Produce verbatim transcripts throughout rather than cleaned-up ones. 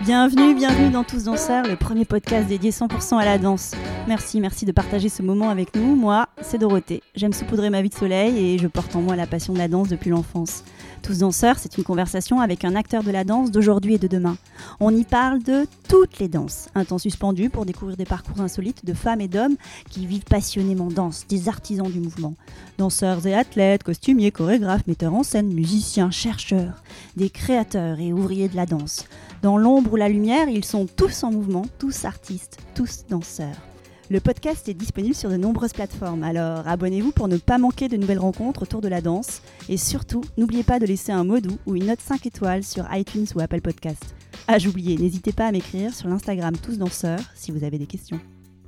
Bienvenue, bienvenue dans Tous Danseurs, le premier podcast dédié cent pour cent à la danse. Merci, merci de partager ce moment avec nous. Moi, c'est Dorothée. J'aime saupoudrer ma vie de soleil et je porte en moi la passion de la danse depuis l'enfance. Tous Danseurs, c'est une conversation avec un acteur de la danse d'aujourd'hui et de demain. On y parle de toutes les danses. Un temps suspendu pour découvrir des parcours insolites de femmes et d'hommes qui vivent passionnément danse, des artisans du mouvement. Danseurs et athlètes, costumiers, chorégraphes, metteurs en scène, musiciens, chercheurs, des créateurs et ouvriers de la danse. Dans l'ombre ou la lumière, ils sont tous en mouvement, tous artistes, tous danseurs. Le podcast est disponible sur de nombreuses plateformes, alors abonnez-vous pour ne pas manquer de nouvelles rencontres autour de la danse. Et surtout, n'oubliez pas de laisser un mot doux ou une note cinq étoiles sur iTunes ou Apple Podcast. Ah, j'oubliais, n'hésitez pas à m'écrire sur l'Instagram Tous Danseurs si vous avez des questions.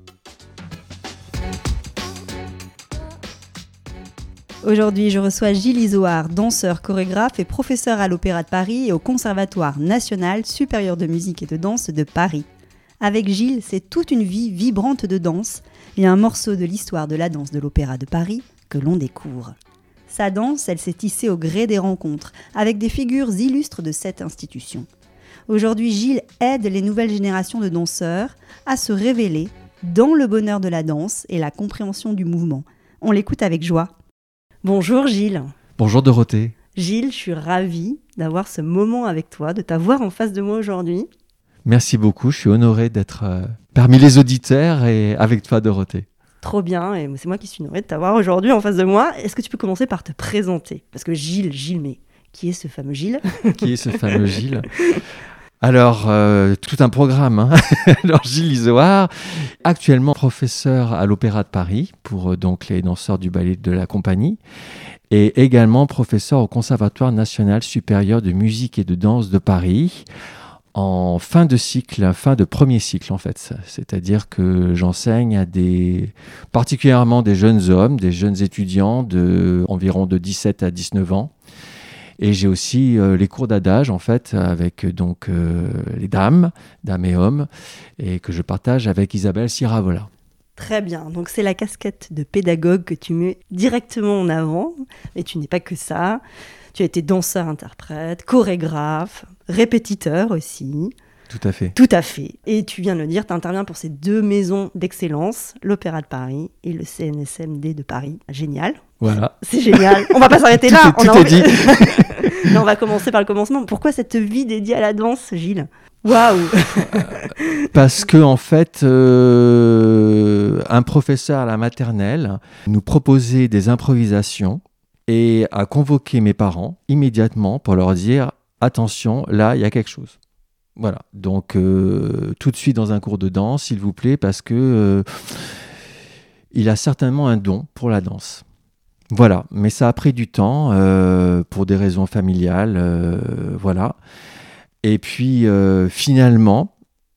Aujourd'hui, je reçois Gilles Izoard, danseur, chorégraphe et professeur à l'Opéra de Paris et au Conservatoire national supérieur de musique et de danse de Paris. Avec Gilles, c'est toute une vie vibrante de danse et un morceau de l'histoire de la danse de l'Opéra de Paris que l'on découvre. Sa danse, elle s'est tissée au gré des rencontres avec des figures illustres de cette institution. Aujourd'hui, Gilles aide les nouvelles générations de danseurs à se révéler dans le bonheur de la danse et la compréhension du mouvement. On l'écoute avec joie. Bonjour Gilles. Bonjour Dorothée. Gilles, je suis ravie d'avoir ce moment avec toi, de t'avoir en face de moi aujourd'hui. Merci beaucoup, je suis honoré d'être euh, parmi les auditeurs et avec toi Dorothée. Trop bien, et c'est moi qui suis honorée de t'avoir aujourd'hui en face de moi. Est-ce que tu peux commencer par te présenter ? Parce que Gilles, Gilles, mais qui est ce fameux Gilles ? Qui est ce fameux Gilles ? Alors, euh, tout un programme. Hein. Alors, Gilles Izoard, actuellement professeur à l'Opéra de Paris pour euh, donc les danseurs du ballet de la compagnie et également professeur au Conservatoire national supérieur de musique et de danse de Paris en fin de cycle, fin de premier cycle en fait. C'est-à-dire que j'enseigne à des, particulièrement des jeunes hommes, des jeunes étudiants de environ de dix-sept à dix-neuf ans. Et j'ai aussi euh, les cours d'adage, en fait, avec donc euh, les dames, dames et hommes, et que je partage avec Isabelle Siravola. Très bien, donc c'est la casquette de pédagogue que tu mets directement en avant, et tu n'es pas que ça. Tu as été danseur-interprète, chorégraphe, répétiteur aussi. Tout à fait. Tout à fait. Et tu viens de le dire, tu interviens pour ces deux maisons d'excellence, l'Opéra de Paris et le C N S M D de Paris. Génial. Voilà. C'est génial. On va pas s'arrêter là. Tout est, tout est dit. Non, on va commencer par le commencement. Pourquoi cette vie dédiée à la danse, Gilles ? Waouh. Parce que en fait, euh, un professeur à la maternelle nous proposait des improvisations et a convoqué mes parents immédiatement pour leur dire « Attention, là, il y a quelque chose ». Voilà, donc euh, tout de suite dans un cours de danse, s'il vous plaît, parce que euh, il a certainement un don pour la danse. Voilà, mais ça a pris du temps euh, pour des raisons familiales, euh, voilà. Et puis euh, finalement,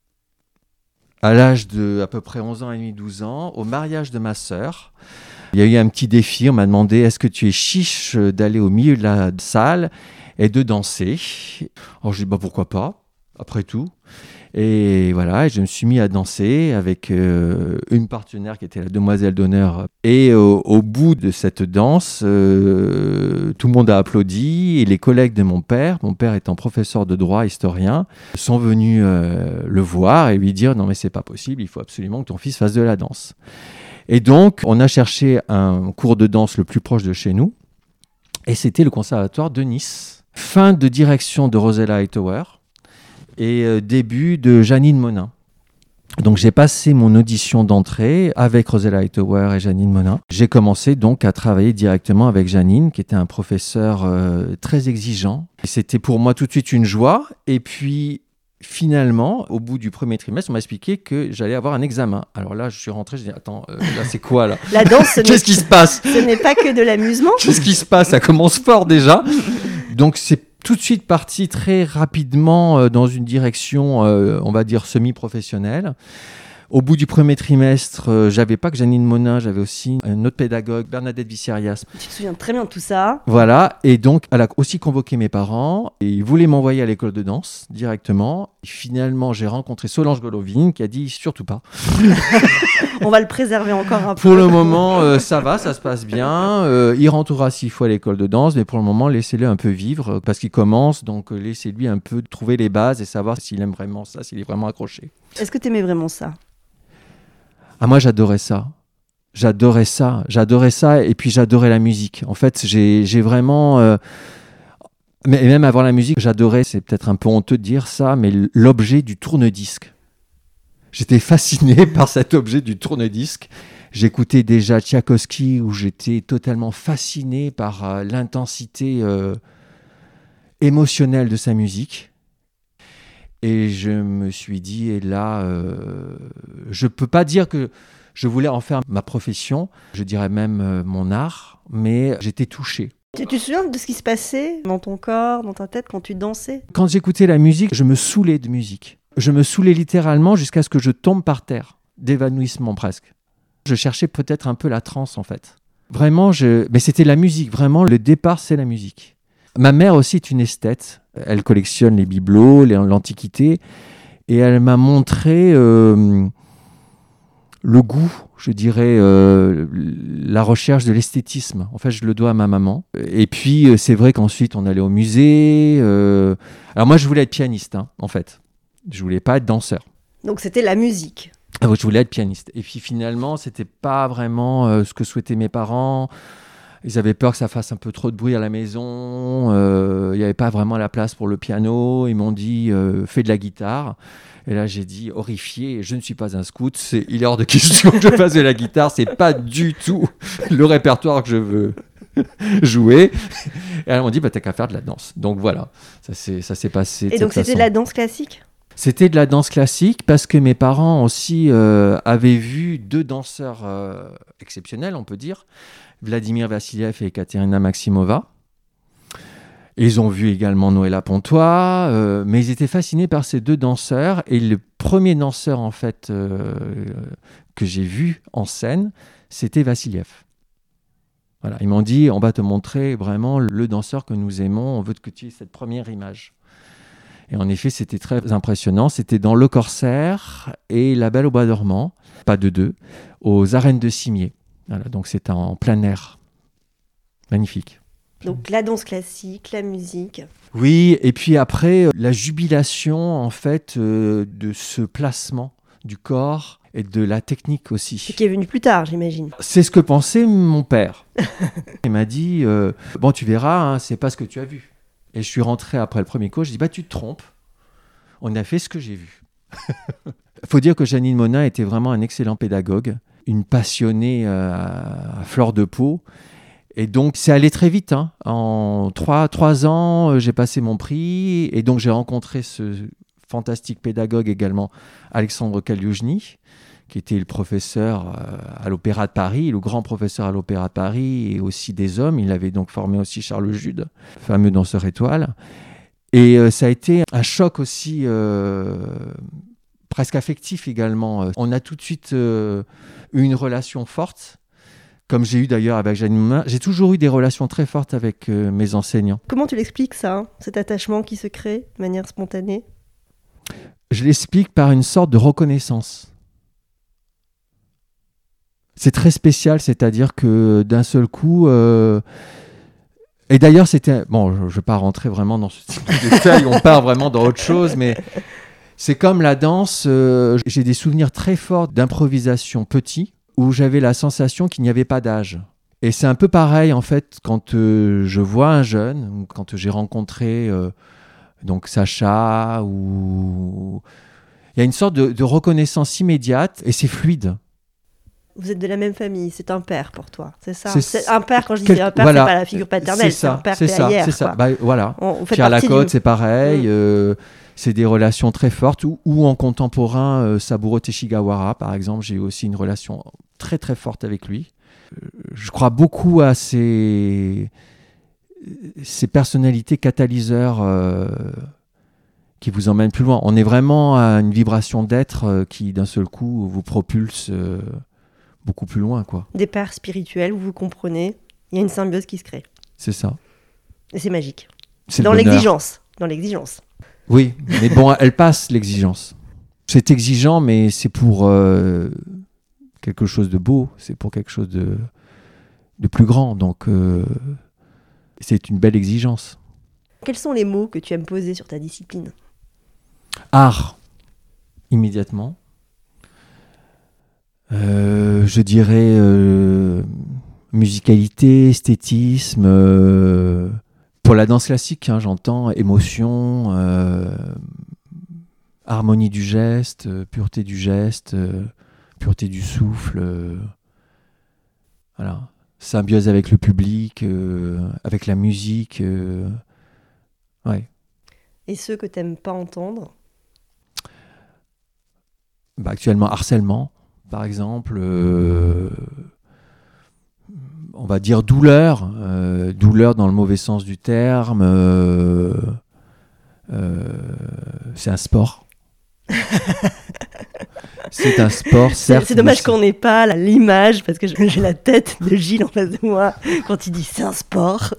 à l'âge de à peu près onze ans et demi, douze ans, au mariage de ma sœur, il y a eu un petit défi. On m'a demandé « Est-ce que tu es chiche d'aller au milieu de la salle et de danser ?» Alors je dis bah, « Pourquoi pas ?» après tout. Et voilà, je me suis mis à danser avec euh, une partenaire qui était la demoiselle d'honneur. Et au, au bout de cette danse, euh, tout le monde a applaudi et les collègues de mon père, mon père étant professeur de droit, historien, sont venus euh, le voir et lui dire « Non mais c'est pas possible, il faut absolument que ton fils fasse de la danse ». Et donc, on a cherché un cours de danse le plus proche de chez nous et c'était le Conservatoire de Nice. Fin de direction de Rosella Hightower et euh, début de Janine Monin. Donc j'ai passé mon audition d'entrée avec Rosella Hightower et Janine Monin. J'ai commencé donc à travailler directement avec Janine, qui était un professeur euh, très exigeant. Et c'était pour moi tout de suite une joie. Et puis finalement, au bout du premier trimestre, on m'a expliqué que j'allais avoir un examen. Alors là, je suis rentré, je dis attends, euh, là c'est quoi là ? La danse, ce qu'est-ce qui se passe ? Ce n'est pas que de l'amusement. Qu'est-ce qui se passe ? Ça commence fort déjà. Donc c'est tout de suite parti très rapidement euh, dans une direction, euh, on va dire, semi-professionnelle, Au bout du premier trimestre, euh, j'avais pas que Janine Monin, j'avais aussi un autre pédagogue, Bernadette Visserias. Tu te souviens très bien de tout ça. Voilà, et donc elle a aussi convoqué mes parents et ils voulaient m'envoyer à l'école de danse directement. Et finalement, j'ai rencontré Solange Golovine qui a dit surtout pas. On va le préserver encore un peu. Pour le moment, euh, ça va, ça se passe bien. Euh, il rentrera six fois à l'école de danse, mais pour le moment, laissez-le un peu vivre euh, parce qu'il commence, donc euh, laissez-lui un peu trouver les bases et savoir s'il aime vraiment ça, s'il est vraiment accroché. Est-ce que tu aimais vraiment ça ? Ah, moi, j'adorais ça. J'adorais ça. J'adorais ça. Et puis, j'adorais la musique. En fait, j'ai, j'ai vraiment... Euh... Mais même avant la musique, j'adorais, c'est peut-être un peu honteux de dire ça, mais l'objet du tourne-disque. J'étais fasciné par cet objet du tourne-disque. J'écoutais déjà Tchaïkovski, où j'étais totalement fasciné par euh, l'intensité euh, émotionnelle de sa musique. Et je me suis dit, et là, euh, je ne peux pas dire que je voulais en faire ma profession, je dirais même euh, mon art, mais j'étais touché. Tu, tu te souviens de ce qui se passait dans ton corps, dans ta tête, quand tu dansais ? Quand j'écoutais la musique, je me saoulais de musique. Je me saoulais littéralement jusqu'à ce que je tombe par terre, d'évanouissement presque. Je cherchais peut-être un peu la transe en fait. Vraiment, je... mais c'était la musique, vraiment, le départ c'est la musique. Ma mère aussi est une esthète. Elle collectionne les bibelots, les, l'Antiquité, et elle m'a montré euh, le goût, je dirais, euh, la recherche de l'esthétisme. En fait, je le dois à ma maman. Et puis, c'est vrai qu'ensuite, on allait au musée. Euh... Alors moi, je voulais être pianiste, hein, en fait. Je voulais pas être danseur. Donc, c'était la musique. Ah, je voulais être pianiste. Et puis, finalement, c'était pas vraiment euh, ce que souhaitaient mes parents. Ils avaient peur que ça fasse un peu trop de bruit à la maison. Euh, il n'y avait pas vraiment la place pour le piano. Ils m'ont dit euh, « fais de la guitare ». Et là, j'ai dit, horrifié, je ne suis pas un scout. C'est, il est hors de question que je fasse de la guitare. Ce n'est pas du tout le répertoire que je veux jouer. Et elles m'ont dit, bah, t'as qu'à faire de la danse. Donc voilà, ça s'est, ça s'est passé de Et donc, cette c'était façon. de la danse classique ? C'était de la danse classique parce que mes parents aussi euh, avaient vu deux danseurs euh, exceptionnels, on peut dire. Vladimir Vassiliev et Ekaterina Maximova. Ils ont vu également Noëlla Pontois, euh, mais ils étaient fascinés par ces deux danseurs. Et le premier danseur en fait euh, que j'ai vu en scène, c'était Vassiliev. Voilà, ils m'ont dit, on va te montrer vraiment le danseur que nous aimons. On veut que tu aies cette première image. Et en effet, c'était très impressionnant. C'était dans Le Corsaire et La Belle au Bois dormant, pas de deux, aux Arènes de Cimier. Voilà, donc c'était en plein air. Magnifique. Donc la danse classique, la musique. Oui, et puis après, la jubilation en fait euh, de ce placement du corps et de la technique aussi. Ce qui est venu plus tard, j'imagine. C'est ce que pensait mon père. Il m'a dit, euh, bon tu verras, hein, c'est pas ce que tu as vu. Et je suis rentré après le premier cours, je dis, bah tu te trompes, on a fait ce que j'ai vu. Il faut dire que Janine Monin était vraiment un excellent pédagogue, une passionnée euh, à fleur de peau. Et donc, c'est allé très vite. Hein. En trois, trois ans, j'ai passé mon prix. Et donc, j'ai rencontré ce fantastique pédagogue également, Alexandre Kaliouchny, qui était le professeur à l'Opéra de Paris, le grand professeur à l'Opéra de Paris, et aussi des hommes. Il avait donc formé aussi Charles Jude, le fameux danseur étoile. Et euh, ça a été un choc aussi, euh, presque affectif également. On a tout de suite euh, eu une relation forte, comme j'ai eu d'ailleurs avec Janine Monin. J'ai toujours eu des relations très fortes avec euh, mes enseignants. Comment tu l'expliques ça, hein, cet attachement qui se crée de manière spontanée ? Je l'explique par une sorte de reconnaissance. C'est très spécial, c'est-à-dire que d'un seul coup... Euh... Et d'ailleurs, c'était... Bon, je ne vais pas rentrer vraiment dans ce type de détail, on part vraiment dans autre chose, mais c'est comme la danse. Euh... J'ai des souvenirs très forts d'improvisation petit, où j'avais la sensation qu'il n'y avait pas d'âge. Et c'est un peu pareil, en fait, quand euh, je vois un jeune, quand j'ai rencontré euh, donc Sacha, ou... il y a une sorte de, de reconnaissance immédiate, et c'est fluide. Vous êtes de la même famille, c'est un père pour toi, c'est ça c'est, c'est un père, quand je dis quel, un père, voilà, c'est pas la figure paternelle, c'est, c'est, ça, c'est un père c'est ça, ailleurs, c'est ça. Bah, voilà. On, on fait Pierre Lacotte, du... c'est pareil. Mmh. Euh, c'est des relations très fortes. Ou, ou en contemporain, euh, Saburo Teshigawara, par exemple, j'ai eu aussi une relation très très forte avec lui. Euh, je crois beaucoup à ces, ces personnalités catalyseurs euh, qui vous emmène plus loin. On est vraiment à une vibration d'être euh, qui, d'un seul coup, vous propulse euh, beaucoup plus loin, quoi. Des pairs spirituels, vous vous comprenez, il y a une symbiose qui se crée. C'est ça. Et c'est magique. C'est Dans le bonheur. l'exigence. Dans l'exigence. Oui, mais bon, elle passe, l'exigence. C'est exigeant, mais c'est pour euh, quelque chose de beau, c'est pour quelque chose de, de plus grand. Donc, euh, c'est une belle exigence. Quels sont les mots que tu aimes poser sur ta discipline ? Art, immédiatement. Euh, je dirais euh, musicalité, esthétisme. Euh, pour la danse classique, hein, j'entends émotion, euh, harmonie du geste, euh, pureté du geste, euh, pureté du souffle. Euh, voilà. Symbiose avec le public, euh, avec la musique. Euh, ouais. Et ceux que tu n'aimes pas entendre ? Bah, actuellement, harcèlement, par exemple. Euh, on va dire douleur. Euh, douleur dans le mauvais sens du terme. Euh, euh, c'est un sport. C'est un sport, certes. C'est, c'est dommage mais qu'on n'ait pas là, l'image, parce que j'ai la tête de Gilles en face de moi quand il dit c'est un sport.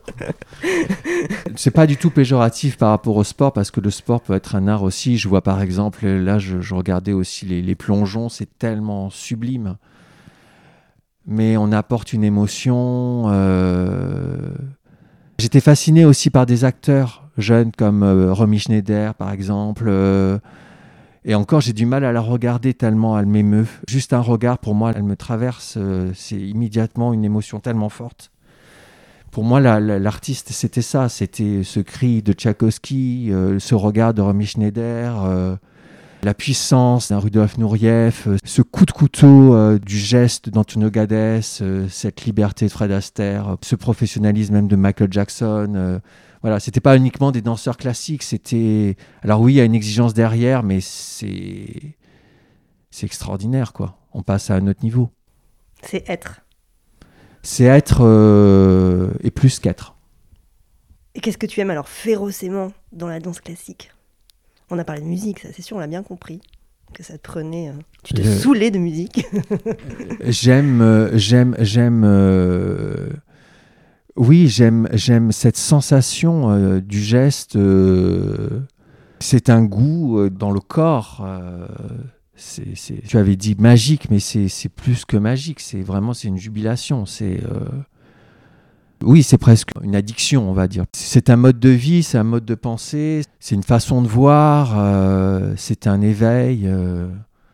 c'est pas du tout péjoratif par rapport au sport, parce que le sport peut être un art aussi. Je vois par exemple, là je, je regardais aussi les, les plongeons, c'est tellement sublime. Mais on apporte une émotion. Euh... J'étais fasciné aussi par des acteurs jeunes comme euh, Romy Schneider par exemple. Euh... Et encore, j'ai du mal à la regarder tellement elle m'émeut. Juste un regard, pour moi, elle me traverse. Euh, c'est immédiatement une émotion tellement forte. Pour moi, la, la, l'artiste, c'était ça. C'était ce cri de Tchaïkovski, euh, ce regard de Romy Schneider, euh, la puissance d'un Rudolf Nureyev, euh, ce coup de couteau euh, du geste d'Antonio Gades, euh, cette liberté de Fred Astaire, euh, ce professionnalisme même de Michael Jackson. Euh, Voilà, c'était pas uniquement des danseurs classiques, c'était... Alors oui, il y a une exigence derrière, mais c'est... c'est extraordinaire, quoi. On passe à un autre niveau. C'est être. C'est être euh... et plus qu'être. Et qu'est-ce que tu aimes alors férocement dans la danse classique ? On a parlé de musique, ça c'est sûr, on l'a bien compris. Que ça te prenait... Euh... Tu te Le... saoulais de musique. j'aime... Euh, j'aime... j'aime euh... Oui, j'aime, j'aime cette sensation euh, du geste. Euh, c'est un goût euh, dans le corps. Euh, c'est, c'est, tu avais dit magique, mais c'est, c'est plus que magique. C'est vraiment c'est une jubilation. C'est, euh, oui, c'est presque une addiction, on va dire. C'est un mode de vie, c'est un mode de pensée, c'est une façon de voir, euh, c'est un éveil. Euh,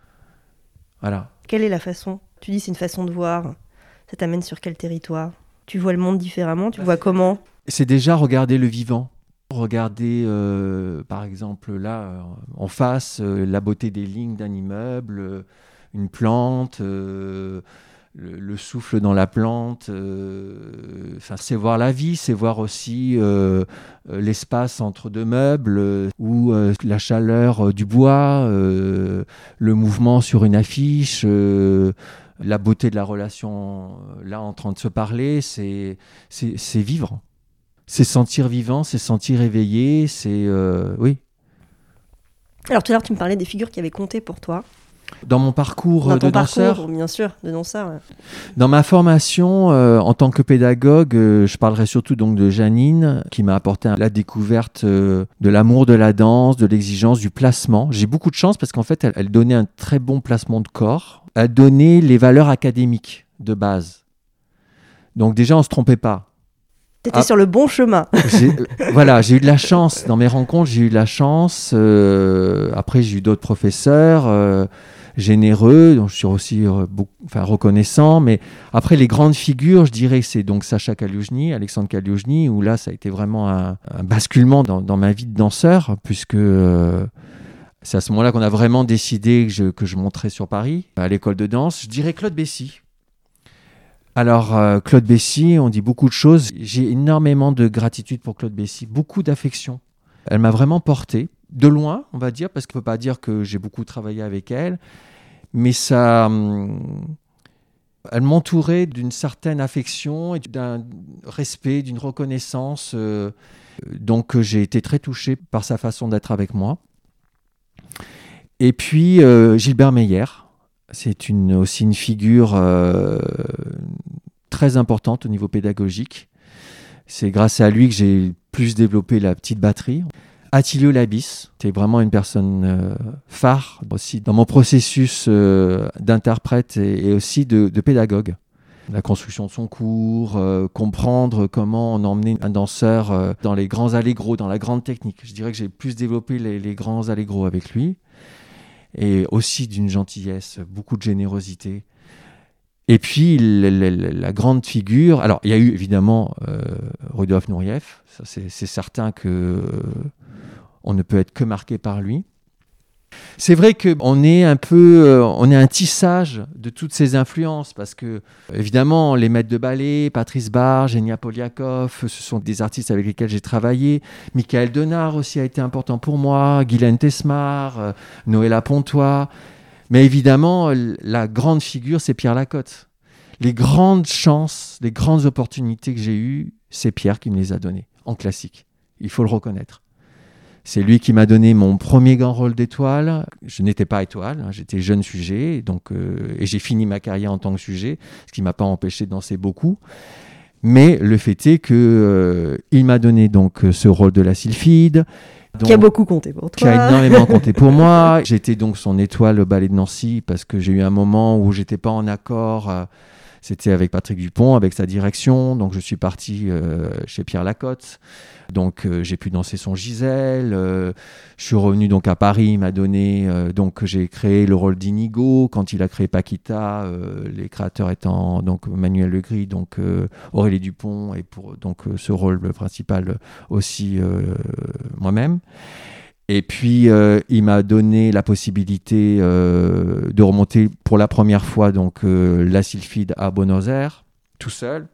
voilà. Quelle est la façon ? Tu dis c'est une façon de voir. Ça t'amène sur quel territoire ? Tu vois le monde différemment, tu bah, vois comment ? C'est déjà regarder le vivant. Regarder, euh, par exemple, là, euh, en face, euh, la beauté des lignes d'un immeuble, euh, une plante, euh, le, le souffle dans la plante. Euh, c'est voir la vie, c'est voir aussi euh, l'espace entre deux meubles, euh, ou euh, la chaleur euh, du bois, euh, le mouvement sur une affiche, euh, la beauté de la relation là en train de se parler, c'est, c'est, c'est vivre. C'est sentir vivant, c'est sentir éveillé, c'est... Euh, oui. Alors tout à l'heure, tu me parlais des figures qui avaient compté pour toi. Dans mon parcours Dans de danseur, parcours, bien sûr, de danseur. Ouais. Dans ma formation, euh, en tant que pédagogue, euh, je parlerai surtout donc de Janine, qui m'a apporté la découverte euh, de l'amour de la danse, de l'exigence, du placement. J'ai beaucoup de chance parce qu'en fait, elle, elle donnait un très bon placement de corps. Elle donnait les valeurs académiques de base. Donc déjà, on ne se trompait pas. T'étais ah, sur le bon chemin. j'ai, euh, voilà, j'ai eu de la chance. Dans mes rencontres, j'ai eu de la chance. Euh, après, j'ai eu d'autres professeurs euh, généreux, dont je suis aussi euh, beaucoup, enfin, reconnaissant. Mais après, les grandes figures, je dirais que c'est donc Sacha Kaliouchny, Alexandre Kaliouchny, où là, ça a été vraiment un, un basculement dans, dans ma vie de danseur, puisque... Euh, c'est à ce moment-là qu'on a vraiment décidé que je, que je monterais sur Paris, à l'école de danse. Je dirais Claude Bessy. Alors, euh, Claude Bessy, on dit beaucoup de choses. J'ai énormément de gratitude pour Claude Bessy, beaucoup d'affection. Elle m'a vraiment porté, de loin, on va dire, parce qu'il ne faut pas dire que j'ai beaucoup travaillé avec elle, mais ça... Hum, elle m'entourait d'une certaine affection et d'un respect, d'une reconnaissance. Euh, donc, j'ai été très touché par sa façon d'être avec moi. Et puis euh, Gilbert Meyer, c'est une, aussi une figure euh, très importante au niveau pédagogique. C'est grâce à lui que j'ai plus développé la petite batterie. Attilio Labis, c'est vraiment une personne euh, phare aussi dans mon processus euh, d'interprète et, et aussi de, de pédagogue. La construction de son cours, euh, comprendre comment on emmenait un danseur euh, dans les grands allegros, dans la grande technique. Je dirais que j'ai plus développé les, les grands allegros avec lui. Et aussi d'une gentillesse, beaucoup de générosité. Et puis, la, la, la grande figure... Alors, il y a eu évidemment euh, Rudolf Nureyev. Ça, c'est, c'est certain qu'on euh, ne peut être que marqué par lui. C'est vrai qu'on est un peu... Euh, on est un tissage de toutes ces influences parce que, évidemment, les maîtres de ballet, Patrice Barre, Genia Poliakov, ce sont des artistes avec lesquels j'ai travaillé. Michael Denard aussi a été important pour moi, Guylaine Tesmar, euh, Noëlla Pontois. Mais évidemment, la grande figure, c'est Pierre Lacotte. Les grandes chances, les grandes opportunités que j'ai eues, c'est Pierre qui me les a données, en classique. Il faut le reconnaître. C'est lui qui m'a donné mon premier grand rôle d'étoile. Je n'étais pas étoile, hein, j'étais jeune sujet, donc, euh, et j'ai fini ma carrière en tant que sujet, ce qui ne m'a pas empêché de danser beaucoup. Mais le fait est qu'il euh, m'a donné donc, ce rôle de la Sylphide. Donc, qui a beaucoup compté pour toi. Qui a énormément compté pour moi. J'étais donc son étoile au ballet de Nancy parce que j'ai eu un moment où j'étais pas en accord. Euh, c'était avec Patrick Dupont, avec sa direction. Donc je suis parti euh, chez Pierre Lacotte. Donc euh, j'ai pu danser son Gisèle. Euh, je suis revenu donc à Paris. Il m'a donné. Euh, donc j'ai créé le rôle d'Inigo. Quand il a créé Paquita, euh, les créateurs étant donc Manuel Legris, donc euh, Aurélie Dupont et pour donc euh, ce rôle principal aussi euh, moi-même. Et puis, euh, il m'a donné la possibilité euh, de remonter pour la première fois donc, euh, la Sylphide à Buenos Aires, tout seul.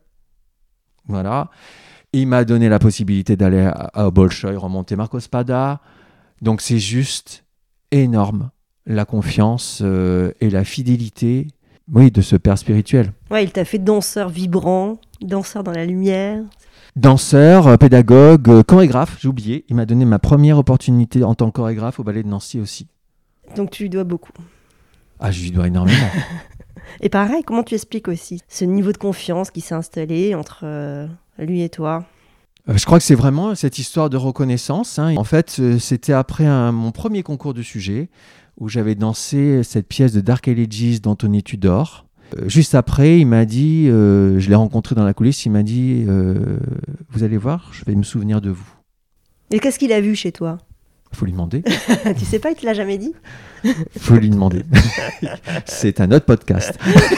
Voilà. Il m'a donné la possibilité d'aller à, à Bolshoi, remonter Marco Spada. Donc, c'est juste énorme, la confiance euh, et la fidélité, oui, de ce père spirituel. Ouais, il t'a fait danseur vibrant, danseur dans la lumière. Danseur, pédagogue, chorégraphe, j'ai oublié. Il m'a donné ma première opportunité en tant que chorégraphe au ballet de Nancy aussi. Donc tu lui dois beaucoup. Ah, je lui dois énormément. Et pareil, comment tu expliques aussi ce niveau de confiance qui s'est installé entre euh, lui et toi ? euh, Je crois que c'est vraiment cette histoire de reconnaissance. Hein. En fait, euh, c'était après un, mon premier concours de sujet où j'avais dansé cette pièce de Dark Elegies d'Anthony Tudor. Juste après, il m'a dit, euh, je l'ai rencontré dans la coulisse, il m'a dit, euh, vous allez voir, je vais me souvenir de vous. Et qu'est-ce qu'il a vu chez toi ? Il faut lui demander. Tu sais pas, il te l'a jamais dit ? Il faut lui demander. C'est un autre podcast.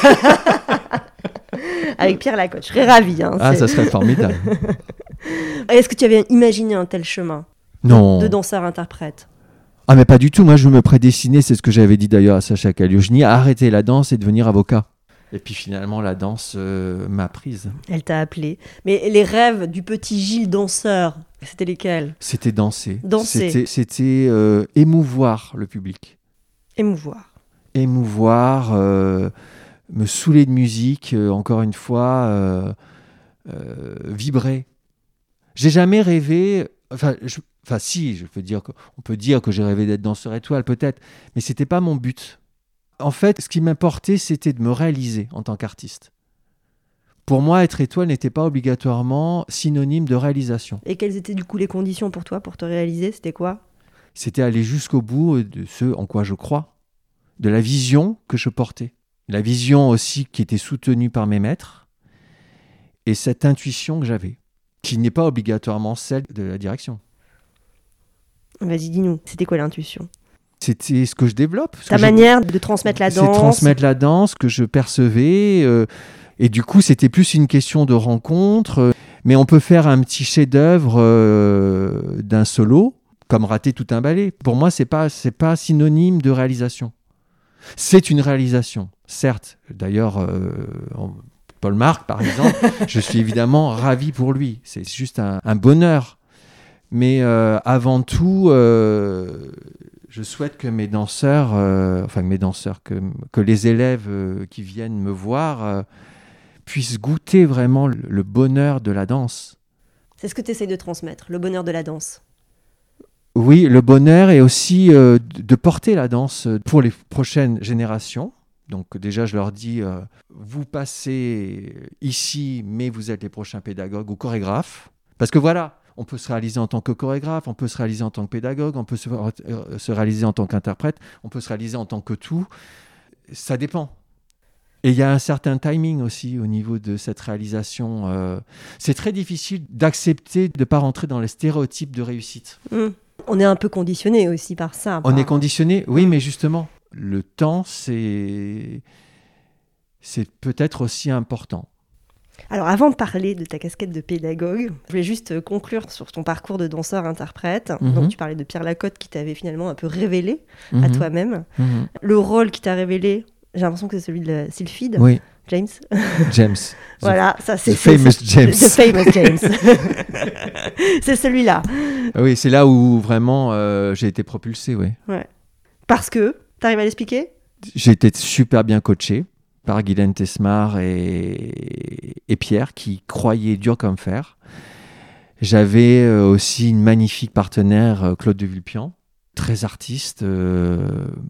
Avec Pierre Lacotte, je serais ravie. Hein, ah, c'est... ça serait formidable. Est-ce que tu avais imaginé un tel chemin ? Non. De danseur-interprète ? Ah, mais pas du tout. Moi, je me prédestinais, c'est ce que j'avais dit d'ailleurs à Sacha Kaliogny, à arrêter la danse et devenir avocat. Et puis finalement, la danse euh, m'a prise. Elle t'a appelé. Mais les rêves du petit Gilles danseur, c'était lesquels ? C'était danser. Danser. C'était, c'était euh, émouvoir le public. Émouvoir. Émouvoir, euh, me saouler de musique, euh, encore une fois, euh, euh, vibrer. J'ai jamais rêvé... Enfin, je, enfin si, je peux dire que, on peut dire que j'ai rêvé d'être danseur étoile, peut-être, mais c'était pas mon but. En fait, ce qui m'importait, c'était de me réaliser en tant qu'artiste. Pour moi, être étoile n'était pas obligatoirement synonyme de réalisation. Et quelles étaient du coup les conditions pour toi, pour te réaliser ? C'était quoi ? C'était aller jusqu'au bout de ce en quoi je crois, de la vision que je portais. La vision aussi qui était soutenue par mes maîtres et cette intuition que j'avais, qui n'est pas obligatoirement celle de la direction. Vas-y, dis-nous, c'était quoi l'intuition ? C'était ce que je développe. Ta manière je... de transmettre la danse. C'est transmettre la danse que je percevais. Euh, et du coup, c'était plus une question de rencontre. Euh, mais on peut faire un petit chef-d'œuvre euh, d'un solo, comme rater tout un ballet. Pour moi, ce n'est pas, c'est pas synonyme de réalisation. C'est une réalisation, certes. D'ailleurs, euh, on... Paul Marc, par exemple, je suis évidemment ravi pour lui. C'est juste un, un bonheur. Mais euh, avant tout... Euh, je souhaite que mes danseurs, euh, enfin que mes danseurs, que, que les élèves euh, qui viennent me voir euh, puissent goûter vraiment le, le bonheur de la danse. C'est ce que tu essayes de transmettre, le bonheur de la danse. Oui, le bonheur est aussi euh, de porter la danse pour les prochaines générations. Donc déjà, je leur dis, euh, vous passez ici, mais vous êtes les prochains pédagogues ou chorégraphes. Parce que voilà, on peut se réaliser en tant que chorégraphe, on peut se réaliser en tant que pédagogue, on peut se, euh, se réaliser en tant qu'interprète, on peut se réaliser en tant que tout. Ça dépend. Et il y a un certain timing aussi au niveau de cette réalisation. Euh, c'est très difficile d'accepter de ne pas rentrer dans les stéréotypes de réussite. Mmh. On est un peu conditionné aussi par ça. On par... est conditionné, oui, mais justement, le temps, c'est, c'est peut-être aussi important. Alors avant de parler de ta casquette de pédagogue, je voulais juste conclure sur ton parcours de danseur-interprète. Mm-hmm. Donc tu parlais de Pierre Lacotte qui t'avait finalement un peu révélé Mm-hmm. à toi-même. Mm-hmm. Le rôle qui t'a révélé, j'ai l'impression que c'est celui de la Sylphide. Oui. James. James. Voilà, ça c'est... The famous c'est, James. The famous James. C'est celui-là. Oui, c'est là où vraiment euh, j'ai été propulsé, oui. Ouais. Parce que, t'arrives à l'expliquer ? J'ai été super bien coaché par Guylaine Tesmar et, et Pierre, qui croyaient dur comme fer. J'avais euh, aussi une magnifique partenaire, euh, Claude de Vulpian, très artiste, euh,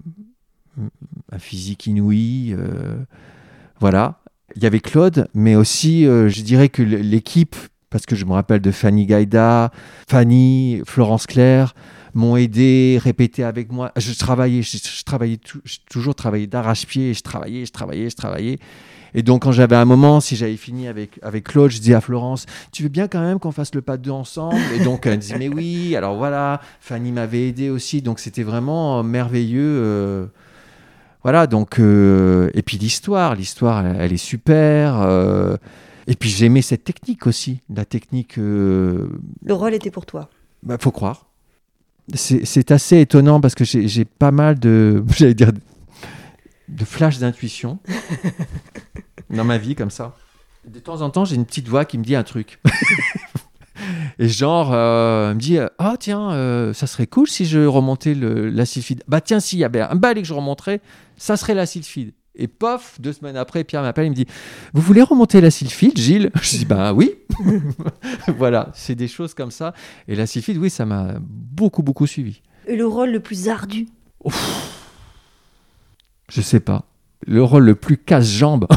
un physique inouï, euh, voilà. Il y avait Claude, mais aussi, euh, je dirais que l'équipe, parce que je me rappelle de Fanny Gaïda, Fanny, Florence Claire, m'ont aidé, répété avec moi. Je travaillais, je, je travaillais tout, j'ai toujours travaillé d'arrache-pied, je travaillais, je travaillais, je travaillais. Et donc, quand j'avais un moment, si j'avais fini avec, avec Claude, je disais à Florence, tu veux bien quand même qu'on fasse le pas de deux ensemble ? Et donc, elle me disait, mais oui, alors voilà, Fanny m'avait aidé aussi, donc c'était vraiment merveilleux. Euh, voilà, donc, euh, et puis l'histoire, l'histoire, elle, elle est super. Euh, et puis, j'aimais cette technique aussi, la technique... Euh, Le rôle était pour toi. Bah, faut croire. C'est, c'est assez étonnant parce que j'ai, j'ai pas mal de, j'allais dire, de flashs d'intuition dans ma vie comme ça. De temps en temps, j'ai une petite voix qui me dit un truc. Et genre, euh, elle me dit, ah oh, tiens, euh, ça serait cool si je remontais le, la sylphide. Bah tiens, s'il y avait un ballet que je remonterais, ça serait la sylphide. Et pof, deux semaines après, Pierre m'appelle, il me dit, vous voulez remonter la sylphide, Gilles ? Je dis, bah oui. Voilà, c'est des choses comme ça. Et la sylphide, oui, ça m'a beaucoup, beaucoup suivi. Et le rôle le plus ardu ? Ouf. Je sais pas. Le rôle le plus casse-jambe.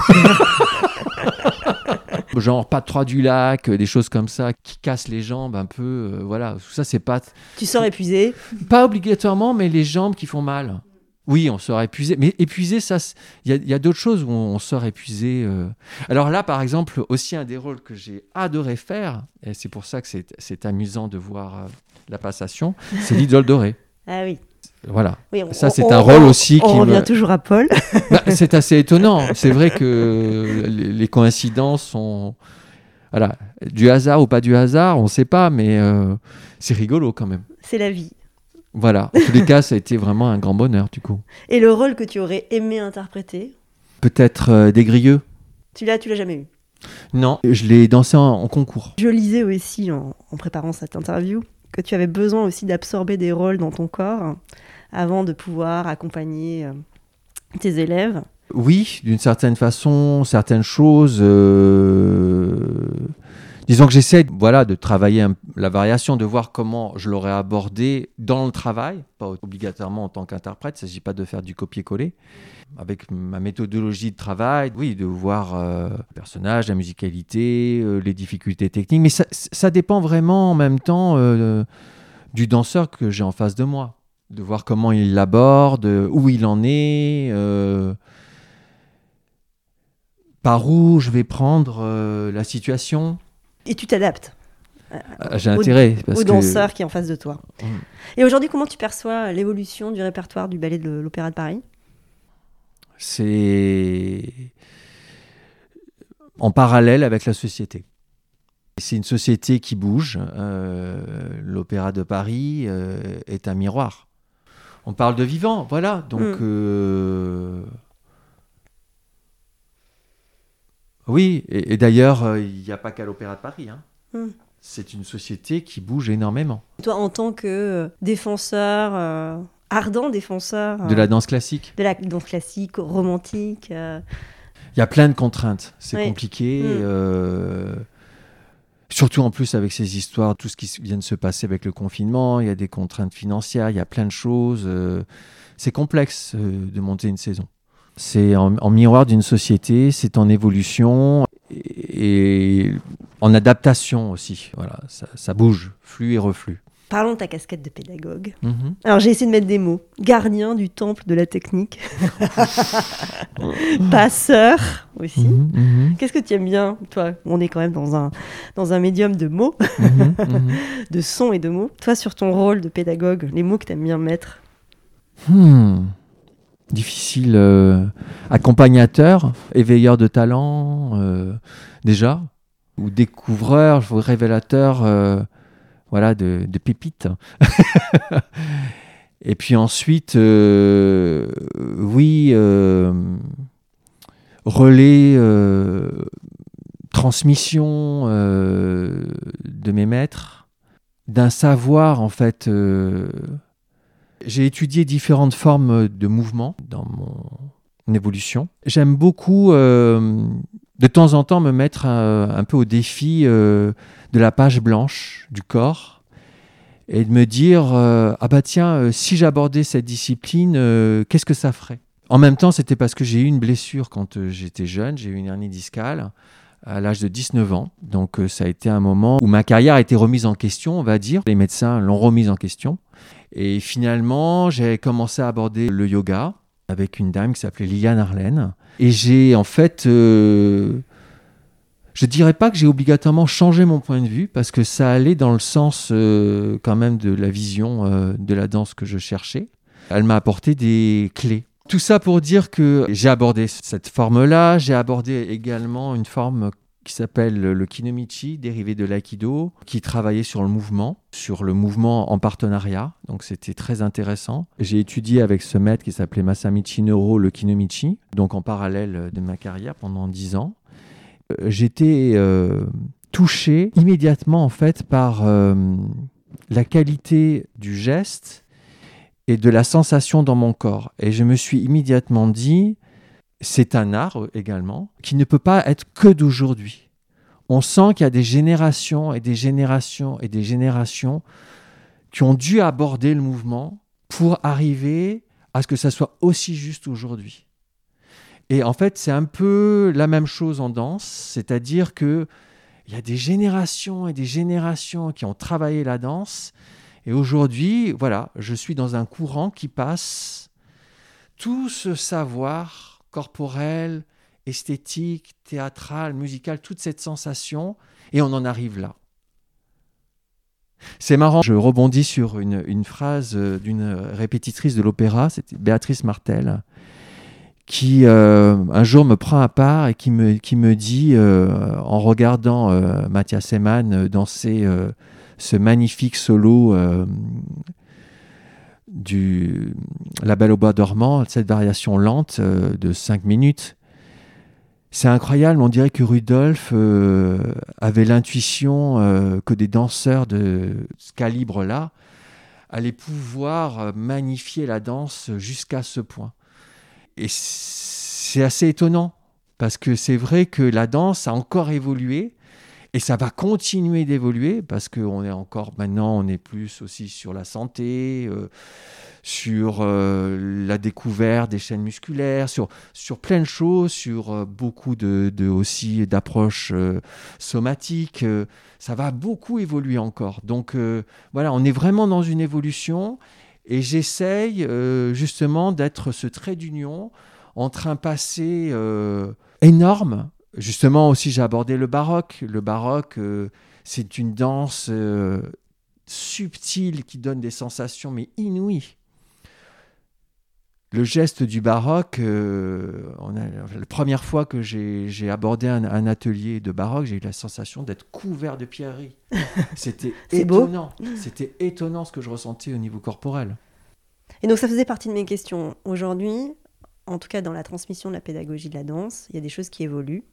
Genre pas trois du lac, des choses comme ça qui cassent les jambes un peu. Euh, voilà, tout ça, c'est pas. Tu sors épuisé ? Pas obligatoirement, mais les jambes qui font mal. Oui, on sort épuisé. Mais épuisé, ça, il y, y a d'autres choses où on, on sort épuisé. Euh. Alors là, par exemple, aussi un des rôles que j'ai adoré faire, et c'est pour ça que c'est, c'est amusant de voir euh, la passation, c'est l'idole dorée. Ah oui. Voilà. Oui, on, ça, c'est on, un rôle on, aussi on qui. On revient me... toujours à Paul. Bah, c'est assez étonnant. C'est vrai que les, les coïncidences sont. Voilà. Du hasard ou pas du hasard, on ne sait pas, mais euh, c'est rigolo quand même. C'est la vie. Voilà. En tous les cas, ça a été vraiment un grand bonheur, du coup. Et le rôle que tu aurais aimé interpréter ? Peut-être euh, des Grieux. Tu l'as, tu l'as jamais eu ? Non, je l'ai dansé en, en concours. Je lisais aussi, en, en préparant cette interview, que tu avais besoin aussi d'absorber des rôles dans ton corps avant de pouvoir accompagner euh, tes élèves. Oui, d'une certaine façon, certaines choses... Euh... Disons que j'essaie voilà, de travailler un, la variation, de voir comment je l'aurais abordé dans le travail, pas obligatoirement en tant qu'interprète, il ne s'agit pas de faire du copier-coller. Avec ma méthodologie de travail, oui, de voir euh, le personnage, la musicalité, euh, les difficultés techniques, mais ça, ça dépend vraiment en même temps euh, du danseur que j'ai en face de moi, de voir comment il l'aborde, où il en est, euh, par où je vais prendre euh, la situation. Et tu t'adaptes euh, J'ai intérêt. Au, parce au que... danseur qui est en face de toi. Mmh. Et aujourd'hui, comment tu perçois l'évolution du répertoire du ballet de l'Opéra de Paris ? C'est en parallèle avec la société. C'est une société qui bouge. Euh, L'Opéra de Paris euh, est un miroir. On parle de vivant, voilà. Donc, mmh. euh... oui. Et, et d'ailleurs, il euh, n'y a pas qu'à l'Opéra de Paris. Hein. Mmh. C'est une société qui bouge énormément. Toi, en tant que défenseur... Euh... ardent défenseur de la danse classique, de la danse classique romantique. Euh... Il y a plein de contraintes, c'est oui. compliqué. Mmh. Euh... Surtout en plus avec ces histoires, tout ce qui vient de se passer avec le confinement, il y a des contraintes financières, il y a plein de choses. Euh, c'est complexe euh, de monter une saison. C'est en, en miroir d'une société, c'est en évolution et, et en adaptation aussi. Voilà, ça, ça bouge, flux et reflux. Parlons de ta casquette de pédagogue. Mm-hmm. Alors j'ai essayé de mettre des mots. Gardien du temple de la technique. Passeur aussi. Mm-hmm, mm-hmm. Qu'est-ce que tu aimes bien, toi? On est quand même dans un, dans un médium de mots, mm-hmm, mm-hmm. de sons et de mots. Toi, sur ton rôle de pédagogue, les mots que tu aimes bien mettre. Hmm. Difficile. Euh, accompagnateur, éveilleur de talent, euh, déjà. Ou découvreur, révélateur... Euh, Voilà, de, de pépites. Et puis ensuite, euh, oui, euh, relais, euh, transmission euh, de mes maîtres, d'un savoir en fait. Euh, j'ai étudié différentes formes de mouvement dans mon évolution. J'aime beaucoup, euh, de temps en temps, me mettre un, un peu au défi euh, de la page blanche du corps et de me dire euh, ah bah tiens, euh, si j'abordais cette discipline, euh, qu'est-ce que ça ferait? En même temps, c'était parce que j'ai eu une blessure quand euh, j'étais jeune, j'ai eu une hernie discale à l'âge de dix-neuf ans. Donc euh, ça a été un moment où ma carrière a été remise en question, on va dire. Les médecins l'ont remise en question. Et finalement, j'ai commencé à aborder le yoga avec une dame qui s'appelait Liliane Arlen. Et j'ai en fait... Euh, Je ne dirais pas que j'ai obligatoirement changé mon point de vue parce que ça allait dans le sens euh, quand même de la vision euh, de la danse que je cherchais. Elle m'a apporté des clés. Tout ça pour dire que j'ai abordé cette forme-là. J'ai abordé également une forme qui s'appelle le kinomichi, dérivé de l'aïkido, qui travaillait sur le mouvement, sur le mouvement en partenariat. Donc c'était très intéressant. J'ai étudié avec ce maître qui s'appelait Masamichi Noro le kinomichi, donc en parallèle de ma carrière pendant dix ans. J'étais euh, touché immédiatement en fait par euh, la qualité du geste et de la sensation dans mon corps. Et je me suis immédiatement dit, c'est un art également qui ne peut pas être que d'aujourd'hui. On sent qu'il y a des générations et des générations et des générations qui ont dû aborder le mouvement pour arriver à ce que ça soit aussi juste aujourd'hui. Et en fait, c'est un peu la même chose en danse, c'est-à-dire qu'il y a des générations et des générations qui ont travaillé la danse. Et aujourd'hui, voilà, je suis dans un courant qui passe tout ce savoir corporel, esthétique, théâtral, musical, toute cette sensation, et on en arrive là. C'est marrant, je rebondis sur une, une phrase d'une répétitrice de l'opéra, c'était Béatrice Martel, qui euh, un jour me prend à part et qui me, qui me dit, euh, en regardant euh, Mathias Eman danser euh, ce magnifique solo euh, du La Belle au bois dormant, cette variation lente euh, de cinq minutes, c'est incroyable, on dirait que Rudolph euh, avait l'intuition euh, que des danseurs de ce calibre-là allaient pouvoir magnifier la danse jusqu'à ce point. Et c'est assez étonnant, parce que c'est vrai que la danse a encore évolué, et ça va continuer d'évoluer, parce qu'on est encore, maintenant, on est plus aussi sur la santé, euh, sur euh, la découverte des chaînes musculaires, sur, sur plein de choses, sur euh, beaucoup de, de, aussi d'approches euh, somatiques. Euh, ça va beaucoup évoluer encore. Donc euh, voilà, on est vraiment dans une évolution. Et j'essaye euh, justement d'être ce trait d'union entre un passé euh, énorme. Justement aussi, j'ai abordé le baroque. Le baroque, euh, c'est une danse euh, subtile qui donne des sensations mais inouïes. Le geste du baroque, euh, on a, la première fois que j'ai, j'ai abordé un, un atelier de baroque, j'ai eu la sensation d'être couvert de pierreries. C'était étonnant. Beau. C'était étonnant ce que je ressentais au niveau corporel. Et donc ça faisait partie de mes questions. Aujourd'hui, en tout cas dans la transmission de la pédagogie de la danse, il y a des choses qui évoluent.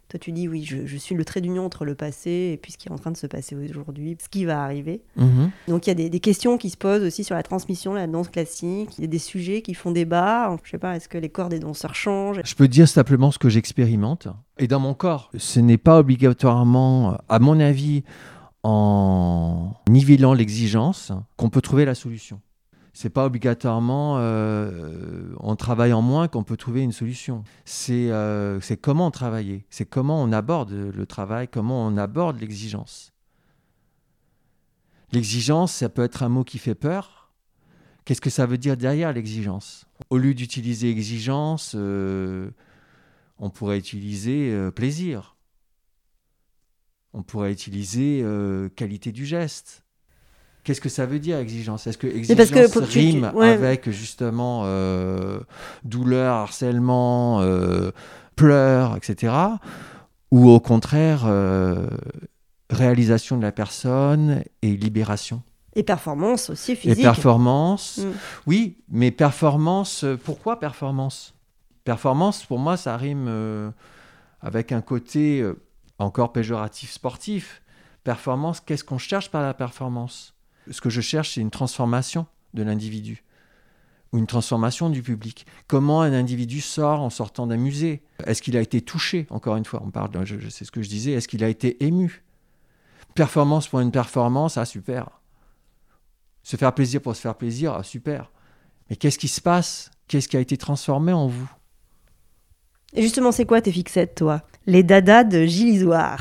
Toi, tu dis, oui, je, je suis le trait d'union entre le passé et puis ce qui est en train de se passer aujourd'hui, ce qui va arriver. Mmh. Donc, il y a des, des questions qui se posent aussi sur la transmission, la danse classique. Il y a des sujets qui font débat. Je sais pas, est-ce que les corps des danseurs changent ? Je peux dire simplement ce que j'expérimente. Et dans mon corps, ce n'est pas obligatoirement, à mon avis, en nivellant l'exigence qu'on peut trouver la solution. C'est pas obligatoirement euh, en travaillant moins qu'on peut trouver une solution. C'est, euh, c'est comment travailler, c'est comment on aborde le travail, comment on aborde l'exigence. L'exigence, ça peut être un mot qui fait peur. Qu'est-ce que ça veut dire derrière l'exigence ? Au lieu d'utiliser exigence, euh, on pourrait utiliser euh, plaisir. On pourrait utiliser euh, qualité du geste. Qu'est-ce que ça veut dire, exigence ? Est-ce que exigence que rime tu... ouais. avec, justement, euh, douleur, harcèlement, euh, pleurs, et cetera. Ou au contraire, euh, réalisation de la personne et libération ? Et performance aussi, physique. Et performance, mmh. oui, mais performance, pourquoi performance ? Performance, pour moi, ça rime euh, avec un côté euh, encore péjoratif sportif. Performance, qu'est-ce qu'on cherche par la performance ? Ce que je cherche, c'est une transformation de l'individu ou une transformation du public. Comment un individu sort en sortant d'un musée ? Est-ce qu'il a été touché ? Encore une fois, on parle, de, je, je sais ce que je disais, est-ce qu'il a été ému ? Performance pour une performance, ah super. Se faire plaisir pour se faire plaisir, ah super. Mais qu'est-ce qui se passe ? Qu'est-ce qui a été transformé en vous ? Et justement, c'est quoi tes fixettes, toi ? Les dadas de Gilles Isoard.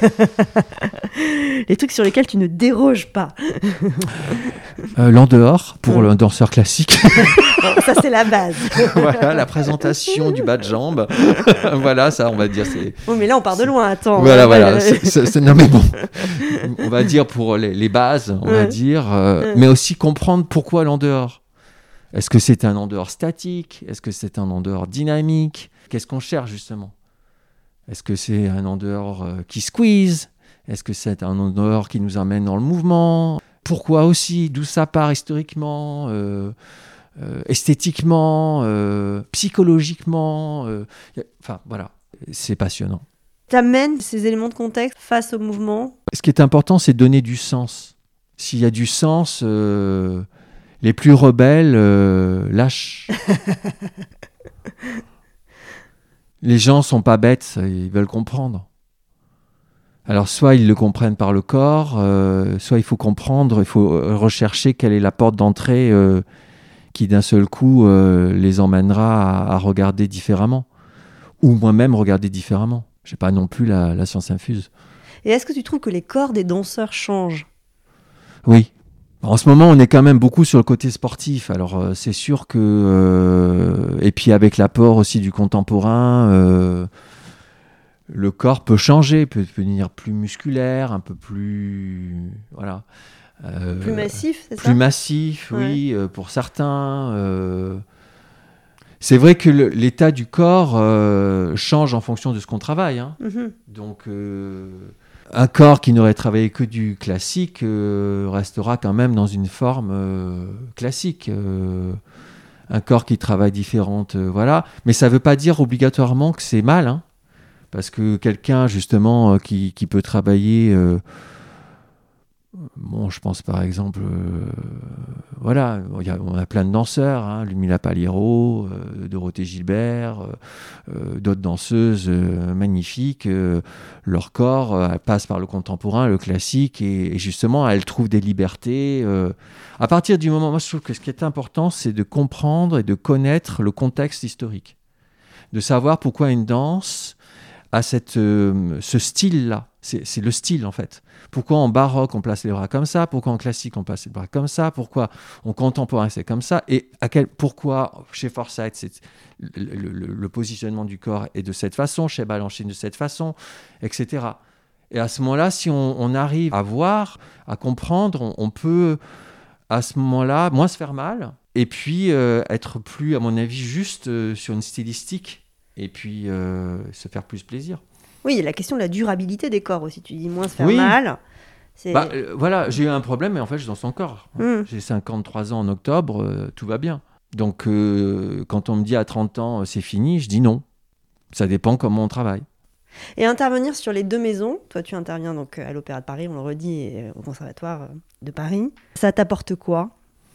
Les trucs sur lesquels tu ne déroges pas. euh, L'en dehors, pour mmh. le danseur classique. Ça, c'est la base. Voilà, la présentation du bas de jambe. Voilà, ça, on va dire. C'est... Oh, mais là, on part de loin, attends. Voilà, voilà. C'est, c'est, c'est... Non, mais bon. On va dire pour les, les bases, on mmh. va dire. Euh, mmh. Mais aussi comprendre pourquoi l'en dehors. Est-ce que c'est un en dehors statique ? Est-ce que c'est un en dehors dynamique ? Qu'est-ce qu'on cherche, justement ? Est-ce que c'est un en dehors euh, qui squeeze ? Est-ce que c'est un en dehors qui nous emmène dans le mouvement ? Pourquoi aussi ? D'où ça part historiquement, euh, euh, esthétiquement, euh, psychologiquement euh, y a, Enfin, voilà, c'est passionnant. T'amènes ces éléments de contexte face au mouvement ? Ce qui est important, c'est de donner du sens. S'il y a du sens, euh, les plus rebelles euh, lâchent. Les gens sont pas bêtes, ils veulent comprendre. Alors soit ils le comprennent par le corps, euh, soit il faut comprendre, il faut rechercher quelle est la porte d'entrée euh, qui d'un seul coup euh, les emmènera à, à regarder différemment. Ou moi-même regarder différemment. Je n'ai pas non plus la, la science infuse. Et est-ce que tu trouves que les corps des danseurs changent ? Oui. En ce moment, on est quand même beaucoup sur le côté sportif. Alors, euh, c'est sûr que... Euh, et puis, avec l'apport aussi du contemporain, euh, le corps peut changer, peut devenir plus musculaire, un peu plus... Voilà. Euh, plus massif, c'est plus ça ? Plus massif, ouais. Oui, euh, pour certains. Euh, c'est vrai que le, l'état du corps euh, change en fonction de ce qu'on travaille. Hein. Mm-hmm. Donc... Euh, un corps qui n'aurait travaillé que du classique euh, restera quand même dans une forme euh, classique. Euh, un corps qui travaille différente, euh, voilà. Mais ça ne veut pas dire obligatoirement que c'est mal, hein, parce que quelqu'un justement euh, qui, qui peut travailler... Euh, bon, je pense par exemple... Euh, voilà, y a, on a plein de danseurs, hein, Lumila Paliero, euh, Dorothée Gilbert, euh, d'autres danseuses euh, magnifiques. Euh, leur corps, euh, elles passent par le contemporain, le classique, et, et justement, elles trouvent des libertés. Euh, à partir du moment, moi je trouve que ce qui est important, c'est de comprendre et de connaître le contexte historique. De savoir pourquoi une danse a cette, euh, ce style-là. C'est, c'est le style, en fait. Pourquoi en baroque, on place les bras comme ça ? Pourquoi en classique, on place les bras comme ça ? Pourquoi en contemporain, c'est comme ça ? Et à quel, pourquoi, chez Forsyth, c'est le, le, le positionnement du corps est de cette façon, chez Balanchine de cette façon, et cetera. Et à ce moment-là, si on, on arrive à voir, à comprendre, on, on peut, à ce moment-là, moins se faire mal, et puis euh, être plus, à mon avis, juste euh, sur une stylistique, et puis euh, se faire plus plaisir. Oui, il y a la question de la durabilité des corps aussi. Tu dis moins se faire oui. mal. C'est... Bah, euh, voilà, j'ai eu un problème, mais en fait, je danse encore. Mm. J'ai cinquante-trois ans en octobre, euh, tout va bien. Donc, euh, quand on me dit à trente ans, c'est fini, je dis non. Ça dépend comment on travaille. Et intervenir sur les deux maisons, toi tu interviens donc à l'Opéra de Paris, on le redit, et au Conservatoire de Paris, ça t'apporte quoi ?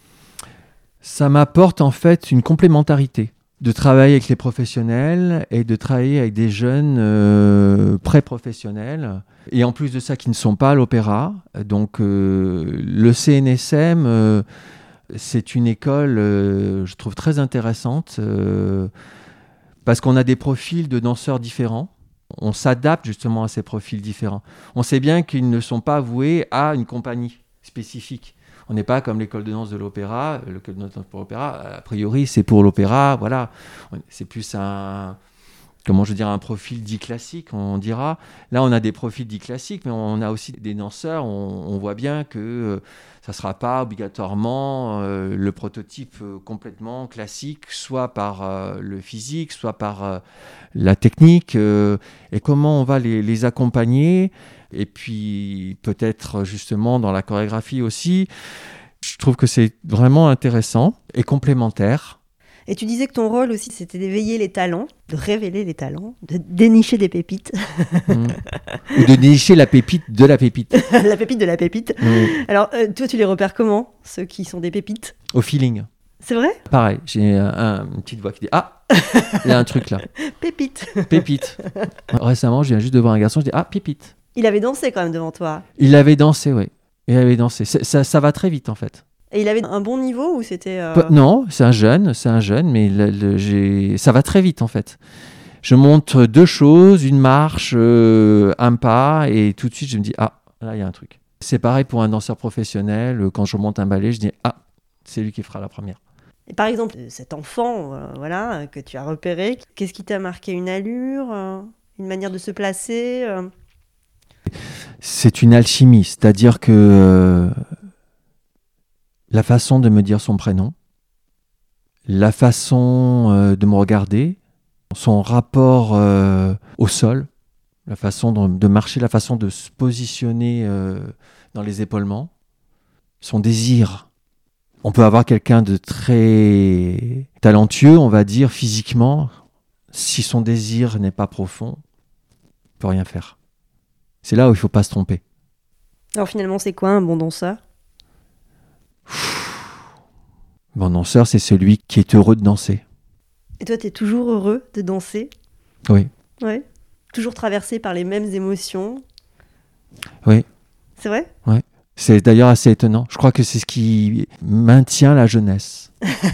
Ça m'apporte en fait une complémentarité de travailler avec les professionnels et de travailler avec des jeunes euh, pré-professionnels et en plus de ça qui ne sont pas à l'opéra. Donc euh, le C N S M, euh, c'est une école, euh, je trouve très intéressante euh, parce qu'on a des profils de danseurs différents. On s'adapte justement à ces profils différents. On sait bien qu'ils ne sont pas voués à une compagnie spécifique. On n'est pas comme l'école de danse de l'opéra. L'école de danse pour l'opéra, a priori, c'est pour l'opéra. Voilà. C'est plus un, comment je veux dire, un profil dit classique, on dira. Là, on a des profils dits classiques, mais on a aussi des danseurs. On, on voit bien que euh, ça ne sera pas obligatoirement euh, le prototype euh, complètement classique, soit par euh, le physique, soit par euh, la technique. Euh, et comment on va les, les accompagner ? Et puis peut-être justement dans la chorégraphie aussi. Je trouve que c'est vraiment intéressant et complémentaire. Et tu disais que ton rôle aussi, c'était d'éveiller les talents, de révéler les talents, de dénicher des pépites. Mmh. Ou de dénicher la pépite de la pépite. La pépite de la pépite. Mmh. Alors, euh, toi, tu les repères comment, ceux qui sont des pépites ? Au feeling. C'est vrai ? Pareil, j'ai un, un, une petite voix qui dit « Ah, il y a un truc là. » Pépite. Pépite. Récemment, je viens juste de voir un garçon, je dis « Ah, pépite. » Il avait dansé quand même devant toi. Il avait dansé, oui. Il avait dansé. Ça, ça, ça va très vite, en fait. Et il avait un bon niveau ou c'était... Euh... Pe- non, c'est un jeune, c'est un jeune, mais le, le, j'ai... ça va très vite, en fait. Je montre deux choses, une marche, euh, un pas, et tout de suite, je me dis « Ah, là, il y a un truc. » C'est pareil pour un danseur professionnel. Quand je monte un ballet, je dis « Ah, c'est lui qui fera la première. » Et par exemple, cet enfant euh, voilà, que tu as repéré, qu'est-ce qui t'a marqué ? Une allure, euh, une manière de se placer euh... C'est une alchimie, c'est-à-dire que euh, la façon de me dire son prénom, la façon euh, de me regarder, son rapport euh, au sol, la façon de, de marcher, la façon de se positionner euh, dans les épaulements, son désir. On peut avoir quelqu'un de très talentueux, on va dire, physiquement. Si son désir n'est pas profond, il ne peut rien faire. C'est là où il ne faut pas se tromper. Alors finalement, c'est quoi un bon danseur ? Bon danseur, c'est celui qui est heureux de danser. Et toi, tu es toujours heureux de danser ? Oui. Oui. Toujours traversé par les mêmes émotions ? Oui. C'est vrai ? Oui. C'est d'ailleurs assez étonnant. Je crois que c'est ce qui maintient la jeunesse.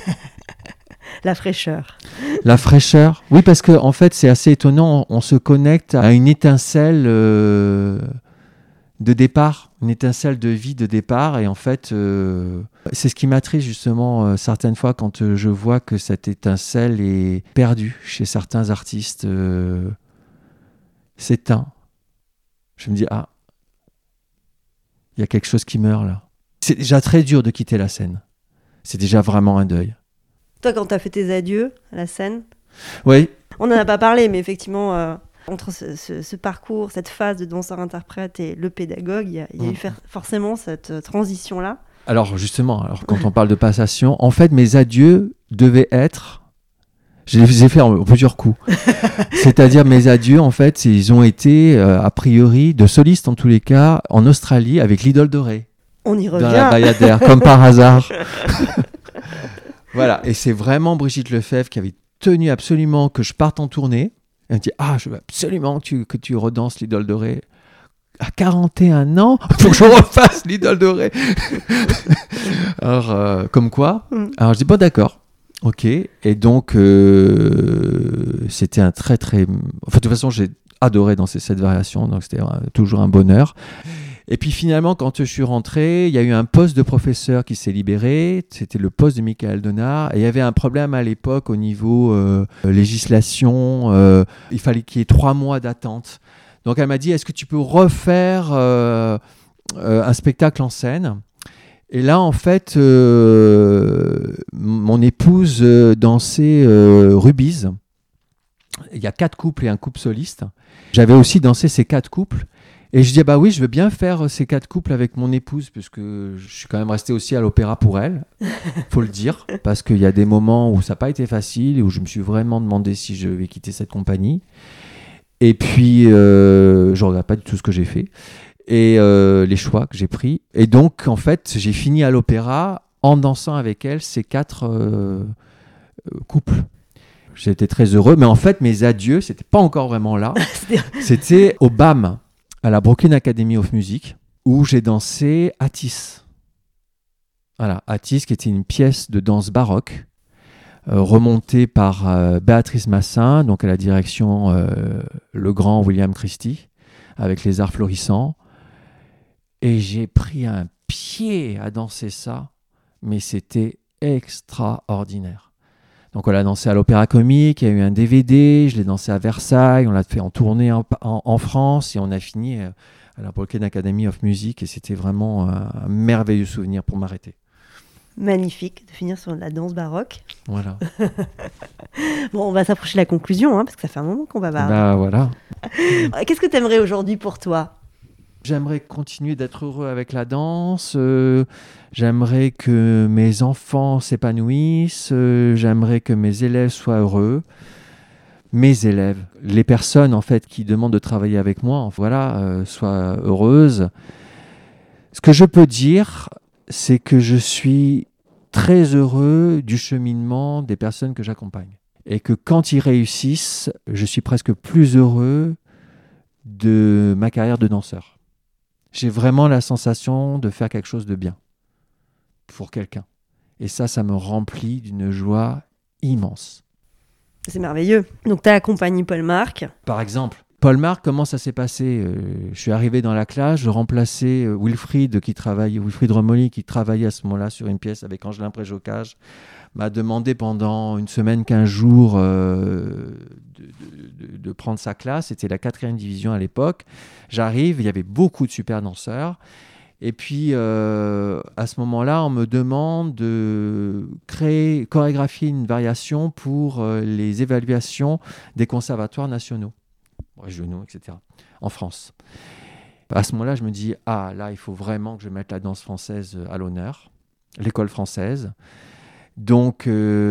La fraîcheur. La fraîcheur. Oui, parce qu'en en fait, c'est assez étonnant. On, on se connecte à une étincelle euh, de départ, une étincelle de vie de départ. Et en fait, euh, c'est ce qui m'attriste justement euh, certaines fois quand euh, je vois que cette étincelle est perdue chez certains artistes, euh, s'éteint. Je me dis, ah, il y a quelque chose qui meurt là. C'est déjà très dur de quitter la scène. C'est déjà vraiment un deuil. Toi, quand tu as fait tes adieux à la scène, oui. On n'en a pas parlé, mais effectivement, euh, entre ce, ce, ce parcours, cette phase de danseur-interprète et le pédagogue, il y a, il y a eu faire, forcément cette euh, transition-là. Alors justement, alors, quand on parle de passation, en fait, mes adieux devaient être... Je les ai fait en, en plusieurs coups. C'est-à-dire mes adieux, en fait, ils ont été, euh, a priori, de solistes en tous les cas, en Australie, avec l'Idole dorée. On y revient. Dans la Bayadère, comme par hasard. Voilà, et c'est vraiment Brigitte Lefebvre qui avait tenu absolument que je parte en tournée. Elle me dit, ah, je veux absolument que tu, que tu redanses l'Idole dorée. À quarante et un ans, il faut que je refasse l'Idole dorée. Alors, euh, comme quoi. Mm. Alors, je dis, bon, d'accord. Ok. Et donc, euh, c'était un très, très... Enfin, de toute façon, j'ai adoré danser cette variation, donc c'était euh, toujours un bonheur. Et puis finalement, quand je suis rentré, il y a eu un poste de professeur qui s'est libéré. C'était le poste de Michael Donard. Et il y avait un problème à l'époque au niveau euh, législation. Euh, il fallait qu'il y ait trois mois d'attente. Donc elle m'a dit, est-ce que tu peux refaire euh, euh, un spectacle en scène ? Et là, en fait, euh, mon épouse euh, dansait euh, Rubiz. Il y a quatre couples et un couple soliste. J'avais aussi dansé ces quatre couples. Et je dis, bah oui, je veux bien faire ces quatre couples avec mon épouse, puisque je suis quand même resté aussi à l'opéra pour elle, faut le dire, parce qu'il y a des moments où ça n'a pas été facile et où je me suis vraiment demandé si je vais quitter cette compagnie. Et puis, euh, je ne regrette pas du tout ce que j'ai fait et euh, les choix que j'ai pris. Et donc, en fait, j'ai fini à l'opéra en dansant avec elle ces quatre euh, couples. J'étais très heureux, mais en fait, mes adieux, c'était pas encore vraiment là. C'était au B A M, à la Brooklyn Academy of Music, où j'ai dansé Attis. Voilà, Attis, qui était une pièce de danse baroque, euh, remontée par euh, Béatrice Massin, donc à la direction euh, le grand William Christie, avec les arts florissants. Et j'ai pris un pied à danser ça, mais c'était extraordinaire. Donc on l'a dansé à l'Opéra Comique, il y a eu un D V D, je l'ai dansé à Versailles, on l'a fait en tournée en, en, en France et on a fini à la Brooklyn Academy of Music et c'était vraiment un, un merveilleux souvenir pour m'arrêter. Magnifique de finir sur la danse baroque. Voilà. Bon, on va s'approcher de la conclusion hein, parce que ça fait un moment qu'on va parler. Bah voilà. Qu'est-ce que tu aimerais aujourd'hui pour toi ? J'aimerais continuer d'être heureux avec la danse, euh, j'aimerais que mes enfants s'épanouissent, euh, j'aimerais que mes élèves soient heureux. Mes élèves, les personnes en fait qui demandent de travailler avec moi, voilà, euh, soient heureuses. Ce que je peux dire, c'est que je suis très heureux du cheminement des personnes que j'accompagne. Et que quand ils réussissent, je suis presque plus heureux de ma carrière de danseur. J'ai vraiment la sensation de faire quelque chose de bien pour quelqu'un. Et ça, ça me remplit d'une joie immense. C'est merveilleux. Donc, tu as accompagné Paul Marc. Par exemple, Paul Marc, comment ça s'est passé ? euh, Je suis arrivé dans la classe, je remplaçais euh, Wilfried, qui travaille, Wilfried Romoli, qui travaillait à ce moment-là sur une pièce avec Angelin Préjocage, m'a demandé pendant une semaine, quinze jours euh, de, de, de, de prendre sa classe. C'était la quatrième division à l'époque. J'arrive, il y avait beaucoup de super danseurs. Et puis, euh, à ce moment-là, on me demande de créer, chorégraphier une variation pour euh, les évaluations des conservatoires nationaux, régionaux, et cetera, en France. À ce moment-là, je me dis, ah, là, il faut vraiment que je mette la danse française à l'honneur, l'école française. Donc,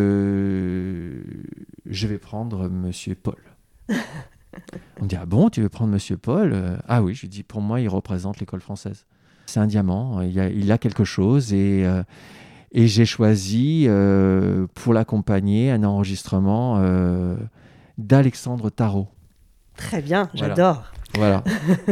euh, je vais prendre Monsieur Paul. On me dit, ah bon, tu veux prendre Monsieur Paul ? Ah oui, je lui dis, pour moi, il représente l'école française. C'est un diamant, il a, il a quelque chose. Et, euh, et j'ai choisi, euh, pour l'accompagner, un enregistrement euh, d'Alexandre Tarot. Très bien, Voilà. j'adore. Voilà.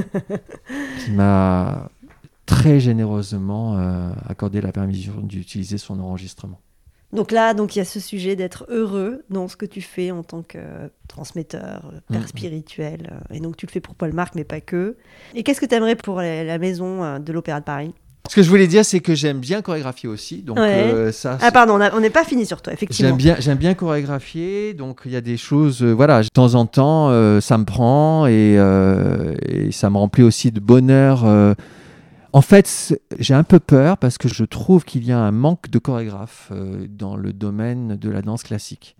Qui m'a très généreusement euh, accordé la permission d'utiliser son enregistrement. Donc là, donc il y a ce sujet d'être heureux dans ce que tu fais en tant que euh, transmetteur, euh, père mmh. spirituel. Euh, et donc tu le fais pour Paul Marc, mais pas que. Et qu'est-ce que tu aimerais pour la, la maison euh, de l'Opéra de Paris ? Ce que je voulais dire, c'est que j'aime bien chorégraphier aussi. Donc, ouais. euh, ça, ah pardon, on n'est pas fini sur toi, effectivement. J'aime bien, j'aime bien chorégraphier. Donc il y a des choses, euh, voilà, de temps en temps, euh, ça me prend et, euh, et ça me remplit aussi de bonheur. Euh, En fait, j'ai un peu peur parce que je trouve qu'il y a un manque de chorégraphes euh, dans le domaine de la danse classique.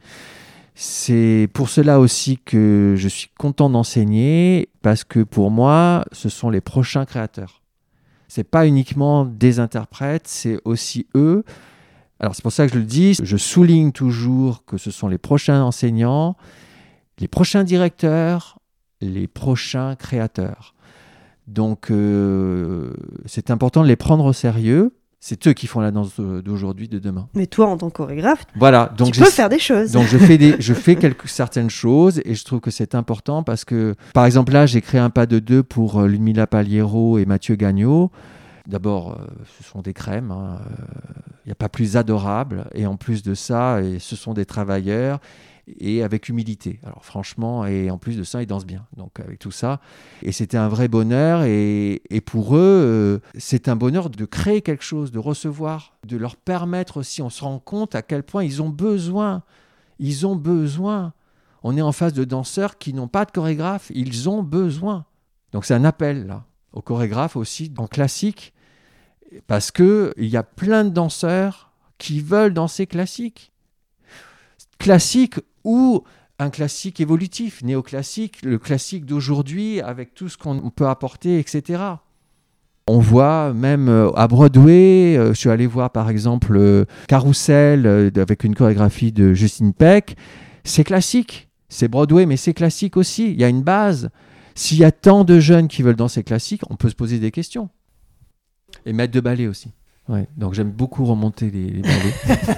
C'est pour cela aussi que je suis content d'enseigner, parce que pour moi, ce sont les prochains créateurs. Ce n'est pas uniquement des interprètes, c'est aussi eux. Alors c'est pour ça que je le dis, je souligne toujours que ce sont les prochains enseignants, les prochains directeurs, les prochains créateurs. Donc, euh, c'est important de les prendre au sérieux. C'est eux qui font la danse d'aujourd'hui, de demain. Mais toi, en tant que chorégraphe, voilà, donc tu peux faire des choses. Donc, je fais, des, je fais quelques, certaines choses et je trouve que c'est important parce que, par exemple, là, j'ai créé un pas de deux pour Ludmilla Paliero et Mathieu Gagnon. D'abord, euh, ce sont des crèmes. Il hein. n'y a pas plus adorable. Et en plus de ça, et ce sont des travailleurs. Et avec humilité. Alors franchement, et en plus de ça, ils dansent bien. Donc avec tout ça, et c'était un vrai bonheur. Et, et pour eux, euh, c'est un bonheur de créer quelque chose, de recevoir, de leur permettre aussi. On se rend compte à quel point ils ont besoin. Ils ont besoin. On est en face de danseurs qui n'ont pas de chorégraphe. Ils ont besoin. Donc c'est un appel là aux chorégraphes aussi en classique, parce que il y a plein de danseurs qui veulent danser classique. Classique ou un classique évolutif, néoclassique, le classique d'aujourd'hui avec tout ce qu'on peut apporter, et cetera. On voit même à Broadway, euh, je suis allé voir par exemple euh, Carousel euh, avec une chorégraphie de Justine Peck, c'est classique, C'est Broadway, mais c'est classique aussi. Il y a une base. S'il y a tant de jeunes qui veulent danser classique, on peut se poser des questions. Et maître de ballet aussi. Ouais, donc j'aime beaucoup remonter les, les ballets.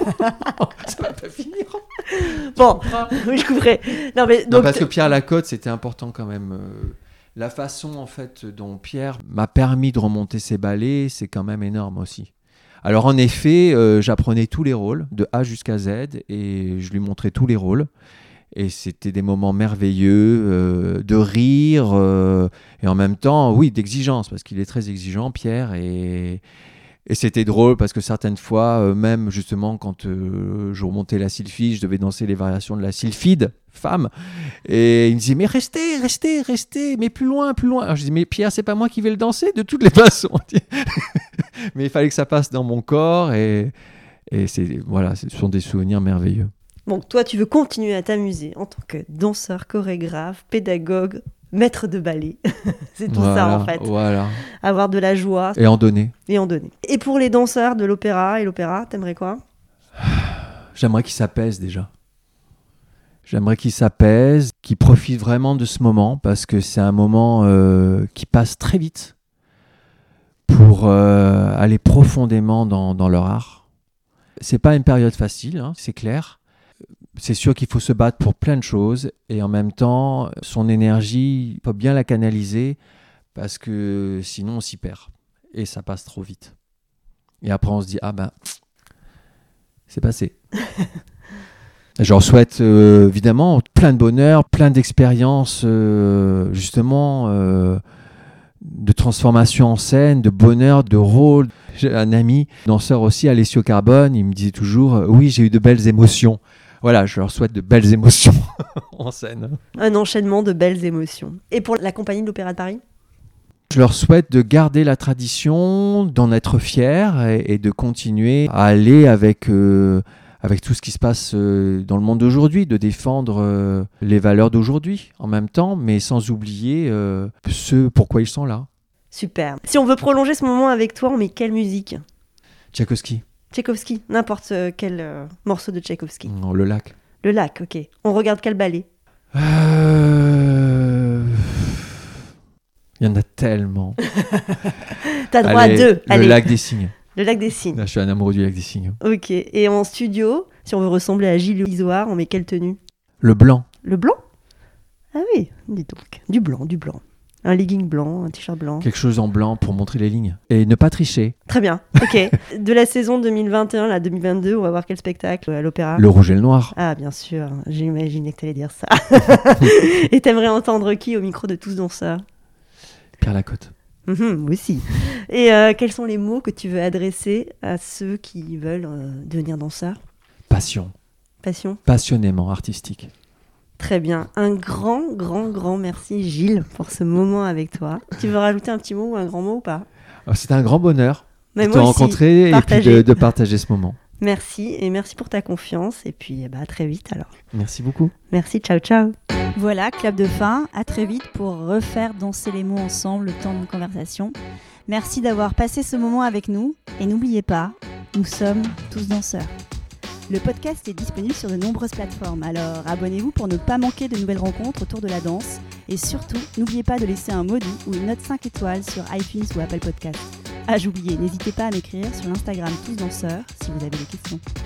Ça va pas finir. Bon, oui, je couperai. Non, mais, donc, non, parce que Pierre Lacote, c'était important quand même. Euh, la façon en fait dont Pierre m'a permis de remonter ses ballets, c'est quand même énorme aussi. Alors en effet, euh, j'apprenais tous les rôles, de A jusqu'à Z, et je lui montrais tous les rôles. Et c'était des moments merveilleux, euh, de rire, euh, et en même temps, oui, d'exigence, parce qu'il est très exigeant, Pierre, et... Et c'était drôle parce que certaines fois, euh, même justement quand euh, je remontais la sylphide, je devais danser les variations de la sylphide, femme. Et il me disait, mais restez, restez, restez, mais plus loin, plus loin. Alors je dis, mais Pierre, c'est pas moi qui vais le danser de toutes les façons. Mais il fallait que ça passe dans mon corps. Et, et c'est, voilà, ce sont des souvenirs merveilleux. Bon, toi, tu veux continuer à t'amuser en tant que danseur, chorégraphe, pédagogue, maître de ballet. C'est tout voilà, ça en fait. Voilà. Avoir de la joie. Et en donner. Et en donner. Et pour les danseurs de l'opéra et l'opéra, t'aimerais quoi ? J'aimerais qu'ils s'apaisent déjà. J'aimerais qu'ils s'apaisent, qu'ils profitent vraiment de ce moment parce que c'est un moment euh, qui passe très vite pour euh, aller profondément dans, dans leur art. C'est pas une période facile, hein, c'est clair. C'est sûr qu'il faut se battre pour plein de choses et en même temps, son énergie, il faut bien la canaliser parce que sinon on s'y perd et ça passe trop vite. Et après on se dit, ah ben, c'est passé. Je leur souhaite euh, évidemment plein de bonheur, plein d'expériences, euh, justement, euh, de transformation en scène, de bonheur, de rôle. J'ai un ami danseur aussi, Alessio Carbone, il me disait toujours, euh, oui, j'ai eu de belles émotions. Voilà, je leur souhaite de belles émotions en scène. Un enchaînement de belles émotions. Et pour la compagnie de l'Opéra de Paris ? Je leur souhaite de garder la tradition, d'en être fiers et, et de continuer à aller avec, euh, avec tout ce qui se passe euh, dans le monde d'aujourd'hui, de défendre euh, les valeurs d'aujourd'hui en même temps, mais sans oublier euh, ce pourquoi ils sont là. Super. Si on veut prolonger ce moment avec toi, on met quelle musique ? Tchaïkovski. Tchaïkovski, n'importe quel euh, morceau de Tchaïkovski. Non, le lac. Le lac, ok. On regarde quel ballet ? Euh... Il y en a tellement. T'as droit Allez, à deux. Le Allez. lac des cygnes. Le lac des cygnes. Là, je suis un amoureux du lac des cygnes. Ok. Et en studio, si on veut ressembler à Gilles Isoard, on met quelle tenue ? Le blanc. Le blanc ? Ah oui, dis donc. Du blanc, du blanc. Un legging blanc, un t-shirt blanc. Quelque chose en blanc pour montrer les lignes. Et ne pas tricher. Très bien, ok. De la saison deux mille vingt et un à deux mille vingt-deux, on va voir quel spectacle à l'opéra ? Le rouge et le noir. Ah, bien sûr, j'imaginais que tu allais dire ça. Et t'aimerais entendre qui au micro de Tous danseurs ? Pierre Lacote. Mmh, moi aussi. Et euh, quels sont les mots que tu veux adresser à ceux qui veulent euh, devenir danseurs ? Passion. Passion ? Passionnément artistique. Très bien. Un grand, grand, grand merci Gilles pour ce moment avec toi. Tu veux rajouter un petit mot ou un grand mot ou pas ? C'était un grand bonheur Mais de te moi aussi, rencontrer et puis de, de partager ce moment. Merci et merci pour ta confiance et puis bah, à très vite alors. Merci beaucoup. Merci, ciao ciao. Voilà, clap de fin. À très vite pour refaire danser les mots ensemble le temps d'une conversation. Merci d'avoir passé ce moment avec nous et n'oubliez pas, nous sommes tous danseurs. Le podcast est disponible sur de nombreuses plateformes, alors abonnez-vous pour ne pas manquer de nouvelles rencontres autour de la danse. Et surtout, n'oubliez pas de laisser un mot doux ou une note cinq étoiles sur iTunes ou Apple Podcasts. Ah, j'oubliais, n'hésitez pas à m'écrire sur l'Instagram Tous Danseurs si vous avez des questions.